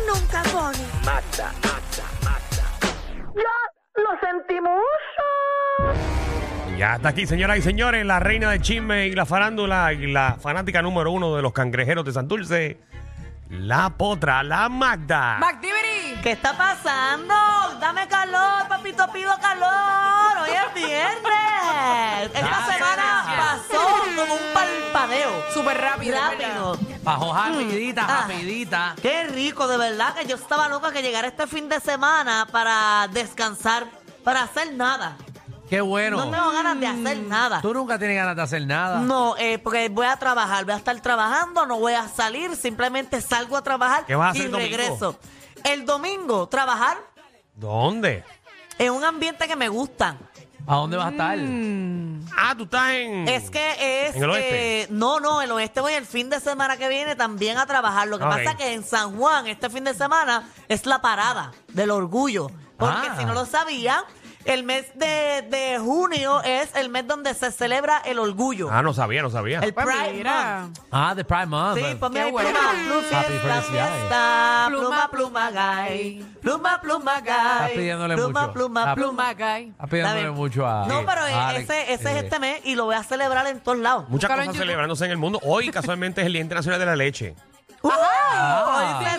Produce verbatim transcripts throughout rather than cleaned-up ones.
nunca pone. Magda, Magda, Magda. ¡Ya lo sentimos! Ya está aquí, señoras y señores, la reina de chisme y la farándula y la fanática número uno de los cangrejeros de Santurce, la potra, la Magda. ¡Magdibiri! ¿Qué está pasando? Dame calor, papito, pido calor. Hoy es viernes. Esta semana pasó como un parpadeo. Súper rápido. Rápido. Bajó rapidita, Ah. rapidita. Qué rico, de verdad que yo estaba loca que llegara este fin de semana para descansar, para hacer nada. Qué bueno. No tengo ganas de hacer nada. Tú nunca tienes ganas de hacer nada. No, eh, porque voy a trabajar, voy a estar trabajando, no voy a salir, simplemente salgo a trabajar ¿Qué vas a hacer y el domingo? regreso. El domingo, trabajar ¿Dónde? en un ambiente que me gusta. ¿A dónde vas a estar? Ah, tú estás en... Es que es... ¿En el oeste? eh, no, no, el oeste voy el fin de semana que viene también a trabajar. Lo que Ok. pasa es que en San Juan este fin de semana es la parada del orgullo. Porque Ah. si no lo sabían, el mes de, de junio es el mes donde se celebra el orgullo. Ah, no sabía, no sabía. El Pues Pride mira. Month. Ah, The Prime Month. Sí, ponme Qué ahí bueno. pluma, pluma, Happy fiesta, felicidades. fiesta, pluma, Pluma, pluma, gay, pluma, pluma, gay, Estás pidiéndole pluma, mucho. pluma, Estás- pluma. Pluma, guy. Estás pidiéndole Está bien. mucho a... No, pero a eh, Alex. ese, ese Eh, es este mes y lo voy a celebrar en todos lados. Muchas Búscalo en cosas YouTube. celebrándose en el mundo. Hoy, casualmente, es el Día Internacional de la Leche. ¡Uh! Ah. ¡Hoy se Sí,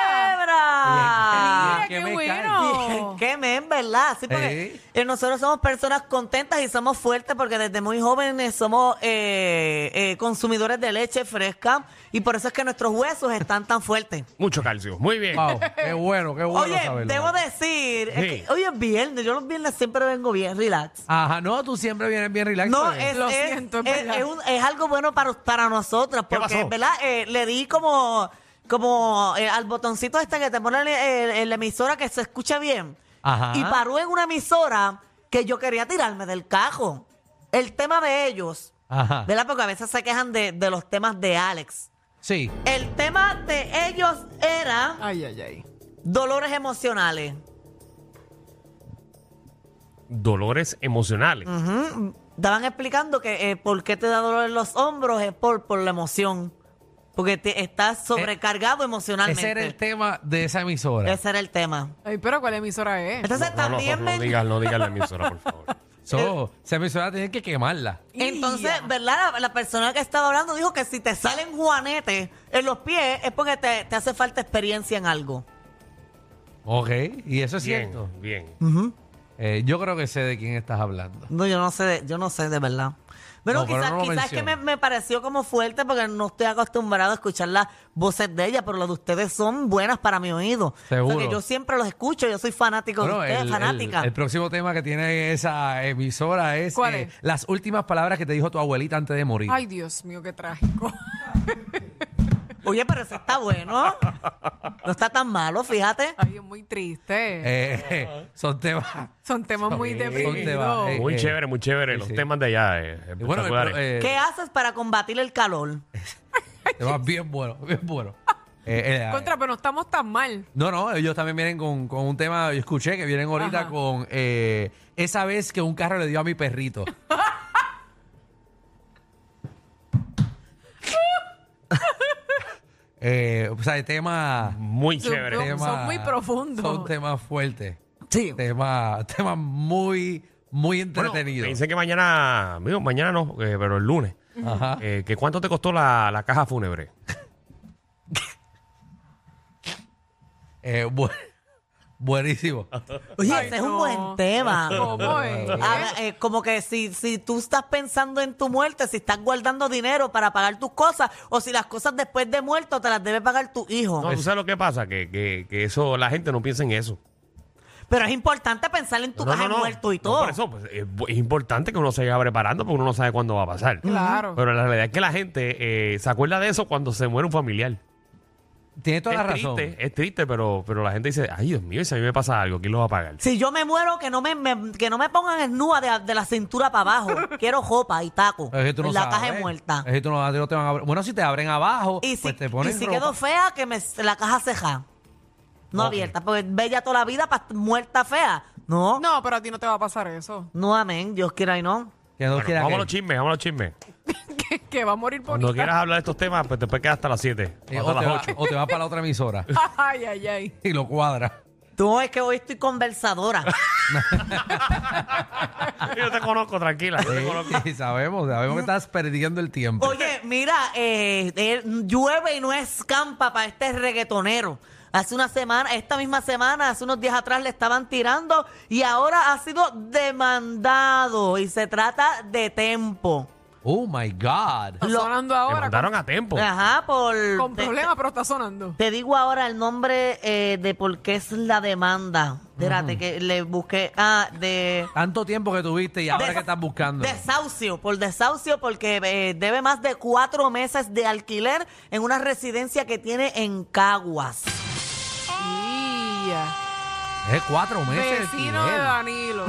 celebra! ¿Qué Mira, qué me bueno. ¡Qué men, verdad! Sí, porque Sí. eh, nosotros somos personas contentas y somos fuertes porque desde muy jóvenes somos eh, eh, consumidores de leche fresca y por eso es que nuestros huesos están tan fuertes. Mucho calcio. Muy bien. Wow, qué bueno, qué bueno Oye, saberlo. debo decir, es Sí. que hoy es viernes, yo los viernes siempre vengo bien, relax. Ajá, no, tú siempre vienes bien relax. No, porque- es, Lo es- siento, es es- verdad. es un- es algo bueno para, para nosotras, ¿Qué porque, pasó? ¿verdad? Eh, le di como, como eh, al botoncito este que te pone en, en- en la emisora que se escucha bien. Ajá. Y paró en una emisora que yo quería tirarme del cajo. El tema de ellos, Ajá. ¿verdad? Porque a veces se quejan de, de los temas de Alex. Sí. El tema de ellos era Ay, ay, ay. dolores emocionales. Dolores emocionales. Ujú. Estaban explicando que eh, por qué te da dolor en los hombros es por, por la emoción. Porque te, estás sobrecargado emocionalmente. Ese era el tema de esa emisora. Ese era el tema. Ay, pero ¿cuál emisora es? Entonces No, no, también no, me... no digas, no digas la emisora, por favor. So, esa emisora tiene que quemarla. Entonces, Ya. ¿verdad? La, la persona que estaba hablando dijo que si te salen juanetes en los pies es porque te, te hace falta experiencia en algo. Ok, y eso es Bien, cierto. bien. Eh, yo creo que sé de quién estás hablando. No, yo no sé, de- yo no sé de verdad. Pero No, pero quizás, no lo quizás que me, menciones. me pareció como fuerte porque no estoy acostumbrado a escuchar las voces de ella, pero las de ustedes son buenas para mi oído. Seguro. Porque yo siempre los escucho, yo soy fanático Bueno, de ustedes, el, fanática. el- el próximo tema que tiene esa emisora es, ¿Cuál eh, es? las últimas palabras que te dijo tu abuelita antes de morir. Ay, Dios mío, qué trágico. Oye, pero eso está bueno. No está tan malo, fíjate. Ay, es muy triste. Eh, son temas. Son temas muy son temas, deprimidos. eh, Muy eh, chévere, muy chévere. sí, Los sí. temas de allá, eh, Y bueno, el pro- espectaculares. eh, ¿Qué haces para combatir el calor? temas bien buenos, bien buenos. Eh, eh, Contra, pero no estamos tan mal. No, no, ellos también vienen con, con un tema, yo escuché que vienen ahorita Ajá. con eh, esa vez que un carro le dio a mi perrito. eh, o sea, el tema... Muy Son- chévere. son- tema- muy profundos. Son temas fuertes. Sí. Temas tema muy, muy Bueno, entretenidos. me dicen que mañana, digo, mañana no, eh, pero el lunes. Ajá. Eh, que ¿Cuánto te costó la, la caja fúnebre? Eh, bu- buenísimo. Oye, Ay, ese es un no. buen tema. ¿Cómo es? Ah, eh, como que si, si tú estás pensando en tu muerte, si estás guardando dinero para pagar tus cosas, o si las cosas después de muerto te las debe pagar tu hijo. No, ¿tú sabes lo que pasa? Que, que, que eso, la gente no piensa en eso. Pero es importante pensar en tu No, caja no, de no. muerto y No, todo. por eso, pues, es, bu- es importante que uno se vaya preparando porque uno no sabe cuándo va a pasar. Claro. Pero la realidad es que la gente eh, se acuerda de eso cuando se muere un familiar. Tienes toda es la razón. triste, es triste, pero, pero la gente dice, ay Dios mío, y si a mí me pasa algo, ¿quién lo va a pagar? Si yo me muero, que no me, me- que no me pongan esnúa de, de la cintura para abajo. Quiero jopa y taco Es que tú no en la sabes. caja de muerta. Es que tú no, a ti no te van a abrir. Bueno, si te abren abajo, Y si, pues te y ponen si ropa. quedo fea, que me, la caja ceja. No Ok. abierta, porque bella toda la vida para muerta fea. No, no, No, pero a ti no te va a pasar eso. amén, Dios quiera y no. Que no Bueno, quiera vamos a que- los chismes, vamos a los chismes. Que va a morir por Cuando quieras hablar de estos temas, pues después quedas hasta las siete. Eh, hasta o, te las va- ocho. o te vas para la otra emisora Ay, ay, ay. y lo cuadra. Tú es que hoy estoy conversadora. Yo te conozco, tranquila. Yo te conozco. Sí, sabemos, sabemos que estás perdiendo el tiempo. Oye, mira, eh, eh, llueve y no escampa para este reggaetonero. Hace una semana, esta misma semana, hace unos días atrás le estaban tirando y ahora ha sido demandado y se trata de Tempo. Oh my God. Está Lo- sonando Me ahora mandaron con, a tiempo. Ajá, por... con te- problemas, pero está sonando. Te digo ahora el nombre eh, de por qué es la demanda. Espérate, que le busqué. Ah, de. Tanto tiempo que tuviste y ahora Des- que estás buscando. Desahucio, por desahucio, porque eh, debe más de cuatro meses de alquiler en una residencia que tiene en Caguas. Ia. Es cuatro meses. Vecino de alquiler. Danilo.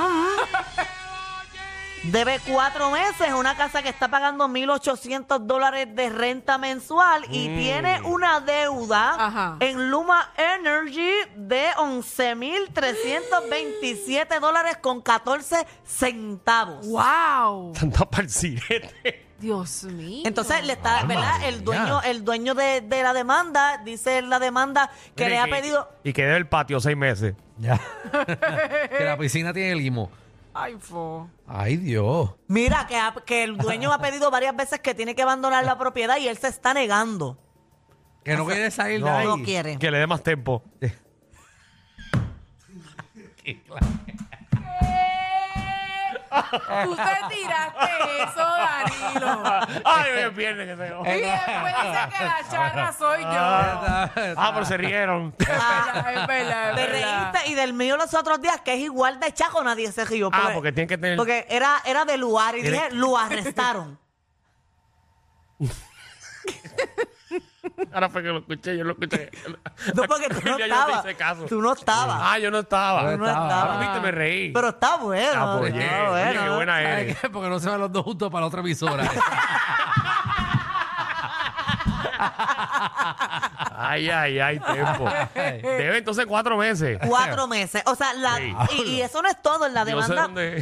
Debe cuatro meses, una casa que está pagando mil ochocientos dólares de renta mensual y tiene una deuda Ajá. en Luma Energy de once mil trescientos veintisiete dólares con catorce centavos. ¡Wow! Anda para el sirete. Dios mío. Entonces le está, Ay, ¿verdad? madre El dueño, mía. el dueño de, de la demanda, dice la demanda que Mire, le ha pedido. Y que debe el patio seis meses. Ya. Que la piscina tiene limo. Ay, fo. Ay, Dios. Mira, que, ha- que el dueño ha pedido varias veces que tiene que abandonar la propiedad y él se está negando. Que no quiere salir de No. ahí. No quiere. Que le dé más tiempo. Tú te tiraste eso, Danilo. Ay, hoy es viernes que se Y después dice que la charra soy yo. Ah, pero se rieron. Es verdad, es verdad, es Te verdad. reíste y del mío los otros días, que es igual de chaco, nadie se rió. Ah, porque tienen que tener- Porque era, era de lugar y Tiene- dije, lo arrestaron. Ahora fue que lo escuché, yo lo escuché. No, porque tú no Ya yo estabas. te hice caso. Tú no estabas. Ah, yo no estaba. Tú no estabas. Ah, viste, me reí. Pero está bueno. Ah, pues, está oye, oye, qué buena ¿Sabes eres. qué? Porque no se van los dos juntos para la otra emisora. Ay, ay, ay, tiempo. Debe entonces cuatro meses. Cuatro meses. O sea, la, Sí. y, y eso no es todo en la Yo no sé demanda. dónde.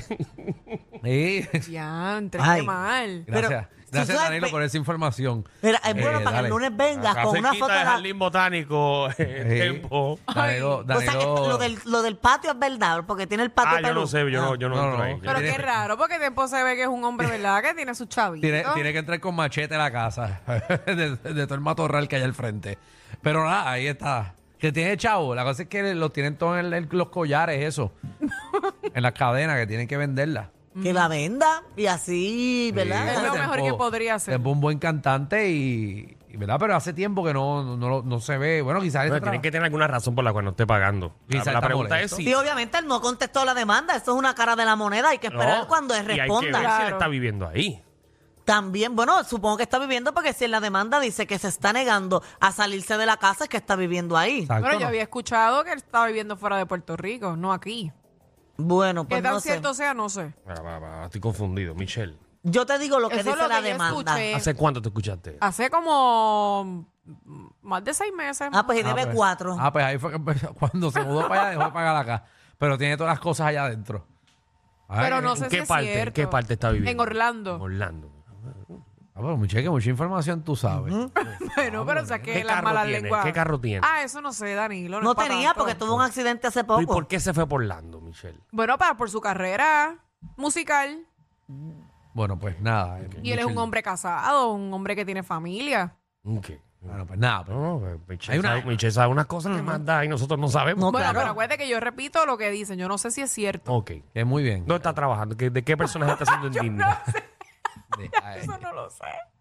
Sí. Ya, entré Ay. mal. Pero, Gracias. tú Gracias, sabes, Danilo, pe- por esa información. Mira, es bueno Eh, para que el dale. lunes vengas Acá con una cerquita foto de de la... Jardín Botánico, eh, Tempo. Danilo, O sea, que Danilo- lo del, lo del patio es verdad, porque tiene el patio Ah, yo pelú. no sé, yo no, yo no, No, entro no, ahí. no. Pero Tiene- qué raro, porque Tempo se ve que es un hombre, ¿verdad? Que tiene su chavito. Tiene, tiene que entrar con machete a la casa de, de todo el matorral que hay al frente. Pero nada, ahí está. Que tiene chavo. La cosa es que los tienen todos en, el- los collares, eso. En las cadenas que tienen que venderlas. Que la venda y así, ¿verdad? Es lo Tempo- mejor que podría hacer. Tempo es un buen cantante y, y, ¿verdad? Pero hace tiempo que no, no, no, no se ve. Bueno, quizás Bueno, está tienen tra- que tener alguna razón por la cual no esté pagando. La, Quizá la está pregunta molesto. es si... Sí, obviamente él no contestó la demanda, eso es una cara de la moneda, hay que esperar No, cuando él y hay que responda. ver si él Claro. está viviendo ahí. También, bueno, supongo que está viviendo porque si en la demanda dice que se está negando a salirse de la casa es que está viviendo ahí. Exacto, Bueno, yo ¿no? había escuchado que él estaba viviendo fuera de Puerto Rico, no aquí. Bueno, ¿Qué pues tan no sé. cierto sea? No sé. Ah, va, va, estoy confundido, Michelle. Yo te digo lo que Eso es dice lo la que yo demanda. escuché. ¿Hace cuánto te escuchaste? Hace como mm, más de seis meses. Ah, pues y Ah, debe pues. cuatro. Ah, pues ahí fue que empezó. Cuando se mudó para allá, dejó de pagar acá. Pero tiene todas las cosas allá adentro. Ay, Pero no ¿En sé qué si es parte? ¿En cierto. qué parte está viviendo? En Orlando. En Orlando. Ah, pero muchacha, mucha información tú sabes. Bueno, pero o sea que ¿Qué las carro malas tiene? lenguas. ¿Qué carro tiene? Ah, eso no sé, Danilo. No es para tenía tanto. porque tuvo un accidente hace ¿Y poco. por qué se fue por Orlando, Michelle? Bueno, para por su carrera musical. Bueno, pues nada. eh, Y él es un Michelle- hombre casado, un hombre que tiene familia. ¿Qué? Bueno, pues nada. pues, No, pues, Michelle, Hay una- sabe, Michelle sabe unas cosas, nos manda y nosotros no sabemos. No, Bueno, claro. pero acuérdate que yo repito lo que dicen. Yo no sé si es cierto. Ok. que muy bien. ¿Dónde está trabajando? ¿Qué- ¿De qué personaje está haciendo indigna? Deja, Eso no lo sé.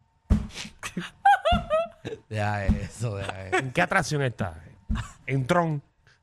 deja eso, deja eso. ¿En qué atracción está? En Tron.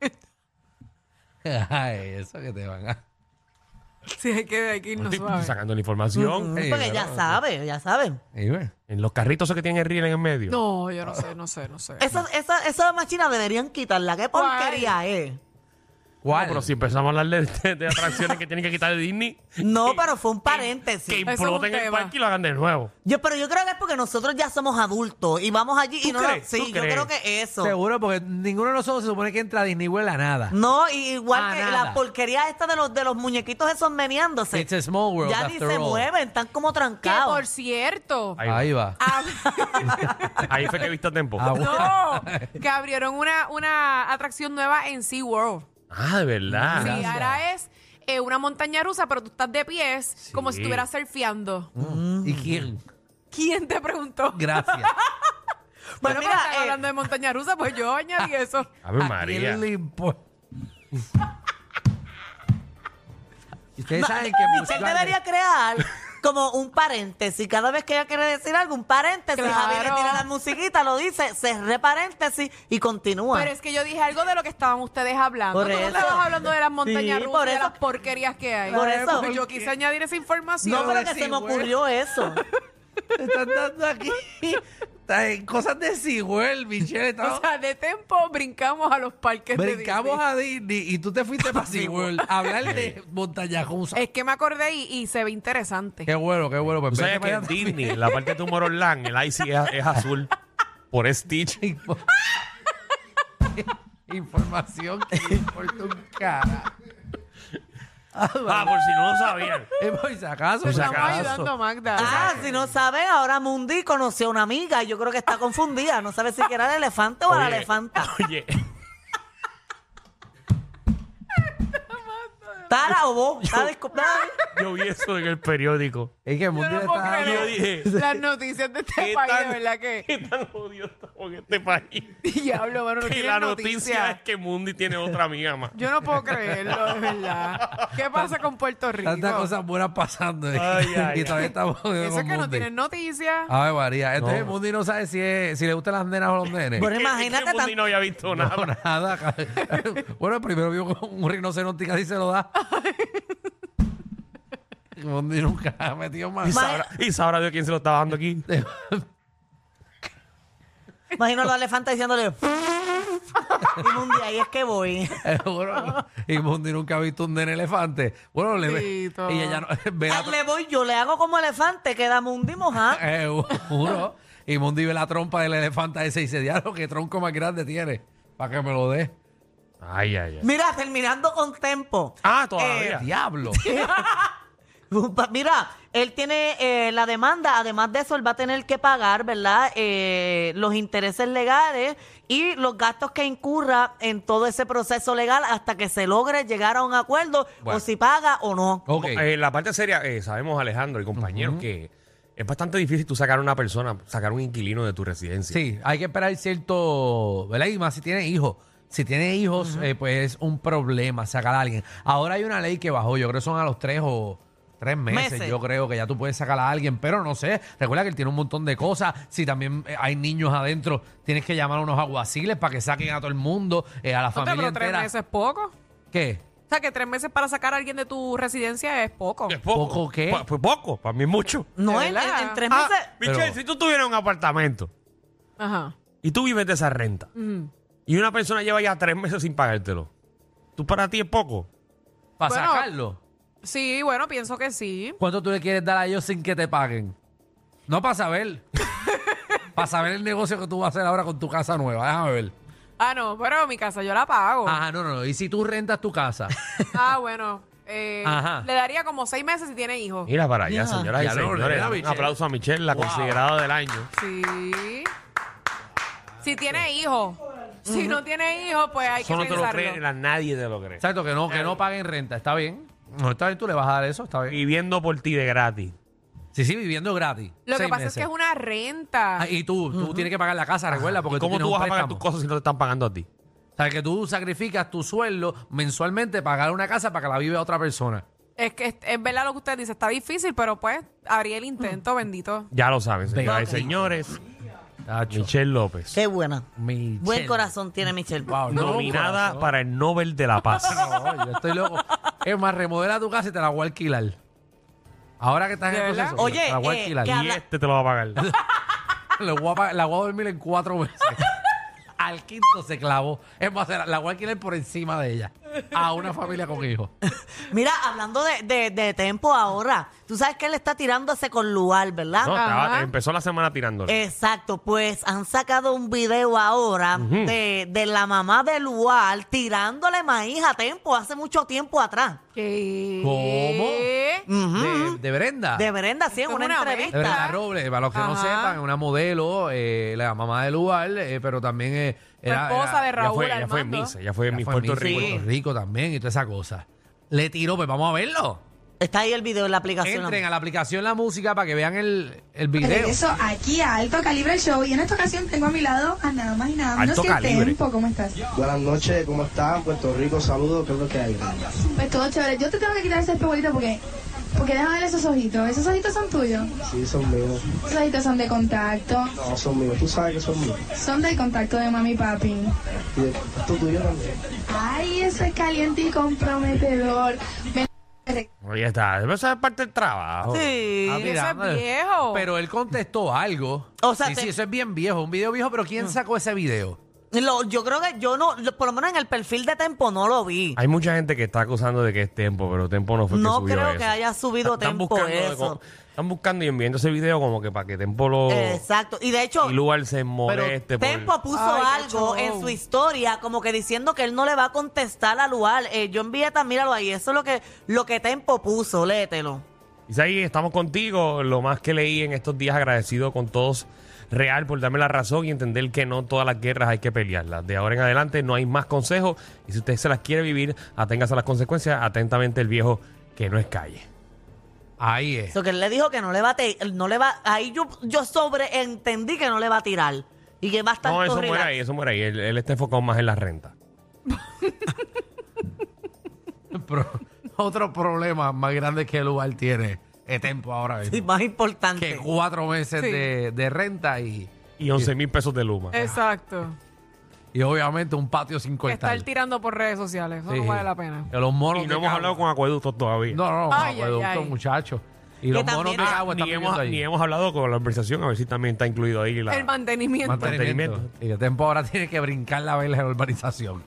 Deja eso que te van a... Sí, hay que, hay que No irnos estoy suave. sacando la información. Sí, Porque pero- ya sabe, ya sabe. Y bueno, En los carritos esos que tienen el riel en el medio. No, yo no sé, no sé, no sé. Esa, esa, esa máquina deberían quitarla. ¿Qué ¿Cuál? porquería es? ¿Cuál? No, pero si empezamos a hablar de, de- de atracciones que tienen que quitar de Disney. No, que- pero fue un Que paréntesis. es un imploten el tema. parque y lo hagan de nuevo. Yo, pero yo creo que es porque nosotros ya somos adultos y vamos allí y ¿Tú no. crees? Sí, ¿Tú yo crees? creo que eso. Seguro, porque ninguno de nosotros se supone que entra a Disney World a nada. No, y igual Ah, que nada. la porquería esta de los de los muñequitos esos meneándose. It's a small world, ya ni after se all. mueven, están como Que trancados. por cierto. Ahí, Ahí va. ab- Ahí fue que viste a tiempo. Ah, bueno. no, que abrieron una, una atracción nueva en SeaWorld. Ah, de verdad. Sí, Gracias. ahora es eh, una montaña rusa, pero tú estás de pies como si Sí. estuvieras surfeando. ¿Y quién? ¿Quién te preguntó? Gracias. Pues Bueno, mira, están eh, hablando de montaña rusa, pues yo añadí eso. Ave ¿A María. quién le importa? Y Ustedes Ma- saben que Michelle Busch debería crear como un paréntesis. Cada vez que ella quiere decir algo, un paréntesis. Claro. Javier le tira la musiquita, lo dice, cerré paréntesis y continúa. Pero es que yo dije algo de lo que estaban ustedes hablando. Por Tú no eso. estabas hablando de las montañas Sí, rusas por y de eso. las porquerías que hay. Por eso. Pues yo quise añadir esa información. no, pero de que se me SeaWorld. ocurrió eso. Te están dando aquí está en cosas de SeaWorld, Michelle. estamos- O sea, de tempo brincamos a los parques brincamos de a Disney y tú te fuiste para SeaWorld a hablar de montaña rusa. Disney. Es que me acordé y, y se ve interesante. Qué bueno, qué bueno. Pues ¿Tú sabes vete que para en allá Disney, en la parte de Tomorrowland, el ice es, es azul por Stitch? también. Información que me importa un cara. Ah, por si no lo sabían. Eh, por si acaso, Por si por Estamos acaso. ayudando a Magda. Ah, si no saben, ahora Mundi conoció a una amiga y yo creo que está confundida. No sabe si era el elefante o la Oye, elefanta. Oye, Tara o vos. Está discu- yo vi eso en el periódico. Es que el Yo mundo no puedo está Yo creer dije, las noticias de este ¿qué país, tan- de verdad que... ¿qué tan jodido estamos en este país? Diablo, mano, no Que tienen la noticia noticias. es que Mundi tiene otra amiga más. Yo no puedo creerlo, de verdad. ¿Qué pasa con Puerto Rico? tantas cosas buenas pasando. eh. Ay, ay, y todavía estamos Eso es con que no Mundi. tienen noticias. Ay, María. Entonces No. el Mundi no sabe si, es- si le gustan las nenas o los nenes. Bueno, Es que imagínate Mundi tan- no había visto No, nada. nada. Bueno, primero vio con un rinoceronte y casi se lo da. Mundi nunca ha metido Y más. sabrá, y sabrá Dios quién se lo estaba dando aquí. Imagino a los elefantes diciéndole. y Mundi, ahí es que voy. Seguro. Y Mundi nunca ha visto un nene elefante. Bueno, le ve. Tito. Y ella no ve la Ah, le voy, yo le hago como elefante, queda Mundi mojado. Eh, juro. Y Mundi ve la trompa del elefante ese y dice, diablo, qué tronco más grande tiene. Para que me lo dé. Ay, ay, ay. Mira, terminando con tempo. Ah, todavía. Diablo. Mira, él tiene eh, la demanda, además de eso, él va a tener que pagar, ¿verdad? Eh, los intereses legales y los gastos que incurra en todo ese proceso legal hasta que se logre llegar a un acuerdo Bueno. o si paga o no. Ok. Eh, la parte seria, eh, sabemos, Alejandro y compañeros, que es bastante difícil tú sacar a una persona, sacar un inquilino de tu residencia. Sí, hay que esperar cierto, ¿verdad? Y más si tiene hijos. Si tiene hijos, eh, pues es un problema sacar a alguien. Ahora hay una ley que bajó, yo creo que son a los tres o tres meses, Meses. yo creo que ya tú puedes sacar a alguien, pero no sé. Recuerda que él tiene un montón de cosas. Si también eh, hay niños adentro, tienes que llamar a unos aguaciles para que saquen a todo el mundo, eh, a la No te, familia pero tres entera. meses es poco. ¿Qué? O sea, que tres meses para sacar a alguien de tu residencia es poco. ¿Es poco? ¿Poco qué? Pa- Pues poco, para mí es mucho. No, ¿De en, verdad? en- en tres Ah, meses. Michelle, Pero- si tú tuvieras un apartamento Ajá. y tú vives de esa renta Ujú. y una persona lleva ya tres meses sin pagártelo, ¿tú para ti es poco? ¿Para Bueno. sacarlo? Sí, bueno, pienso que sí. ¿Cuánto tú le quieres dar a ellos sin que te paguen? No para saber. Para saber el negocio que tú vas a hacer ahora con tu casa nueva. Déjame ver. Ah, no, pero mi casa yo la pago. Ajá, no, no, no. ¿Y si tú rentas tu casa? Ah, bueno. eh, Ajá. Le daría como seis meses si tiene hijos. Mira para allá, Ya. señoras y Ya lo señores. ordena, Un Michelle. aplauso a Michelle, la Wow. considerada del año. Sí. Si tiene hijos. Si no tiene hijos, pues hay Eso que no te lo pensarlo. cree, la- nadie te lo cree. Exacto, que no, que no paguen renta. ¿Está bien? No, está bien, tú le vas a dar eso, está bien. Viviendo por ti de gratis. Sí, sí, viviendo gratis. Lo que Seis pasa meses. es que es una renta. Ah, y tú, tú tienes que pagar la casa, recuerda, porque ¿Cómo tú, tú tienes vas a un pagar tus préstamo. cosas si no te están pagando a ti? O sea, que tú sacrificas tu sueldo mensualmente para pagar una casa para que la vive otra persona. Es que es, es verdad lo que usted dice, está difícil, pero pues haría el intento, bendito. Ya lo saben, señoras y Ok. señores. Tacho. Michelle López. Qué buena. Michelle. Buen corazón tiene Michelle. Wow, no, Nominada corazón. para el Nobel de la Paz. No, yo estoy loco. Es más, remodela tu casa y te la voy a alquilar. Ahora que estás en ¿De el verdad? proceso, Oye, te la voy a eh, alquilar. ¿qué Y habla- este te lo va a pagar. Le voy a pa- la voy a dormir en cuatro meses. Al quinto se clavó. Es más, la la voy a alquilar por encima de ella. a una familia con hijos. Mira, hablando de, de, de Tempo ahora, tú sabes que él está tirándose con Lual, ¿verdad? No, estaba- Ajá. empezó la semana tirándole. Exacto, pues han sacado un video ahora de, de la mamá de Lual tirándole maíz a Tempo hace mucho tiempo atrás. ¿Qué? Ujú. De, de Brenda. De Brenda, sí, en Esto es una, una De entrevista. Brenda Robles, para los que no Ajá. sepan, es una modelo, eh, la mamá de Lual, eh, pero también eh, era, Fue esposa era- de Ya Raúl fue, ya fue Armando. Miss, ya fue ya Miss fue Puerto Miss Rico. Puerto Rico también y toda esa cosa. Le tiró, pues vamos a verlo. Está ahí el video en la aplicación. Entren a la aplicación La Música para que vean el, el video. Regreso aquí a Alto Calibre Show y en esta ocasión tengo a mi lado a nada más y nada menos Alto que Calibre. Tempo. ¿Cómo estás? Buenas noches, ¿cómo están? Puerto Rico, saludos, ¿qué es lo que hay? Pues todo chévere. Yo te tengo que quitar ese espejuelito porque, porque déjame ver esos ojitos. ¿Esos ojitos son tuyos? Sí, son míos. Esos ojitos son de contacto. No, son míos. Tú sabes que son míos. Son del contacto de mami y papi. Y de- esto tuyo también. Ay, eso es caliente y comprometedor. Ven- Oye, está. Eso es parte del trabajo. Sí. Ah, mira, Eso es viejo. Pero él contestó algo. O sea, sí, te- sí, eso es bien viejo, un video viejo, pero ¿quién sacó ese video? Lo- yo creo que yo no, lo- por lo menos en el perfil de Tempo no lo vi. Hay mucha gente que está acusando de que es Tempo, pero Tempo no fue que No subió creo eso. que haya subido Están Tempo buscando de eso. co- Están buscando y enviando ese video como que para que Tempo lo... Exacto. Y de hecho, Y Lugar se moleste por... Tempo puso Ay, qué algo show. en su historia como que diciendo que él no le va a contestar a Lual. Eh, yo envié también, míralo ahí. Eso es lo que, lo que Tempo puso, léetelo. Isaí, estamos contigo. Lo más que leí en estos días, agradecido con todos real por darme la razón y entender que no todas las guerras hay que pelearlas. De ahora en adelante no hay más consejos y si usted se las quiere vivir, aténgase a las consecuencias. Atentamente el viejo que no es calle. Ahí es. Eso que él le dijo que no le va a te- no le va, ahí yo, yo sobreentendí que no le va a tirar. Y que va a estar No, todo eso muere relax. ahí, eso muere ahí. Él, él está enfocado más en la renta. Pro- otro problema más grande que Lugar tiene es Tempo ahora mismo. Sí, más importante. Que cuatro meses Sí. de, de renta y, Y once mil pesos de Luma. Exacto. y obviamente un patio sin cortar. Estar tirando por redes sociales. Eso Sí. no vale la pena. Que los monos Y no de hemos Cagua- hablado con acueductos todavía. No, no, no, Ay, ay, acueducto, ay. muchachos. Y Que los monos también- de Ah, agua están ni, hemos, viviendo ahí. ni hemos hablado con la organización, a ver si también está incluido ahí la... El mantenimiento. Mantenimiento. Y que Tempo ahora tiene que brincar la vela de la urbanización.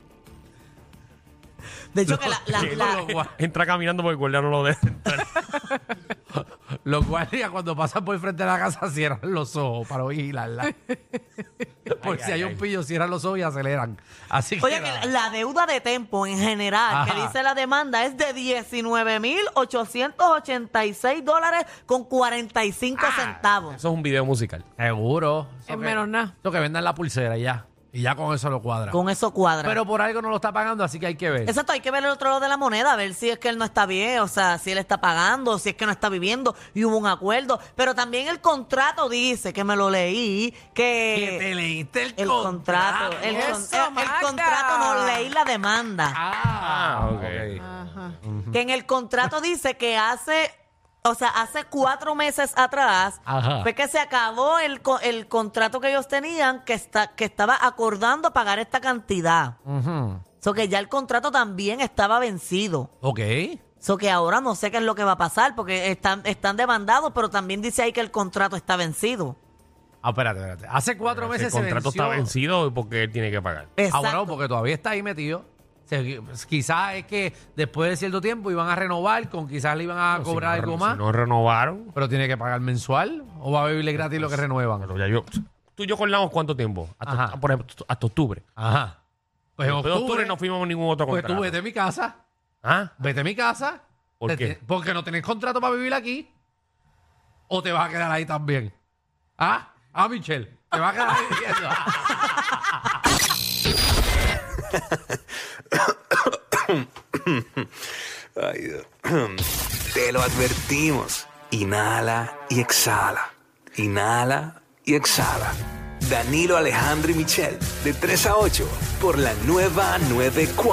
De hecho, que la, la- Que la- los, gua- Entra caminando porque el guardia no lo deja entrar. los guardias cuando pasan por frente de la casa cierran los ojos para vigilarla. Por Ay, si ay, hay ay. un pillo, cierran los ojos y aceleran. Así que Oye, nada. que la deuda de Tempo en general, que Ajá. dice la demanda, es de diecinueve mil ochocientos ochenta y seis dólares con cuarenta y cinco centavos. Eso es un video musical. Seguro. Eso Es que- menos nada. Eso que vendan la pulsera y ya. Y ya con eso lo cuadra. Con eso cuadra. Pero por algo no lo está pagando, así que hay que ver. Exacto, hay que ver el otro lado de la moneda, a ver si es que él no está bien, o sea, si él está pagando, si es que no está viviendo y hubo un acuerdo. Pero también el contrato dice, que me lo leí, Que te que leíste el, el contrato, el, con- Eso, el- el Magda. contrato no leí la demanda. Ah, ok. ok. Ajá. Que en el contrato dice que hace, o sea, hace cuatro meses atrás, Ajá. fue que se acabó el, co- el contrato que ellos tenían, que, está, que estaba acordando pagar esta cantidad. Ujú. So que ya el contrato también estaba vencido. Ok. So que ahora no sé qué es lo que va a pasar, porque están, están demandados, pero también dice ahí que el contrato está vencido. Ah, espérate, espérate. Hace cuatro El meses se contrato venció. está vencido porque él tiene que pagar. Ah, Exacto. bueno, porque todavía está ahí metido. O sea, que- pues, quizás es que después de cierto tiempo iban a renovar, con quizás le iban a cobrar Si no- algo más, Si no renovaron, pero tiene que pagar mensual o va a vivirle gratis lo que renuevan. pero ya yo... Tú y yo acordamos cuánto tiempo. Hasta, Ajá. por ejemplo, hasta octubre. Ajá. Pues en Después de octubre, no fuimos a ningún otro pues contrato. tú vete a mi casa, ¿Ah? vete a mi casa. ¿Por Te- qué? te- Porque no tenés contrato para vivir aquí. ¿O te vas a quedar ahí también? ¿Ah? Ah, Michelle, te vas a quedar ahí viviendo. Ay, Dios. Te lo advertimos. Inhala y exhala. Inhala y exhala. Danilo Alejandro y Michelle, de tres a ocho, por la nueva noventa y cuatro.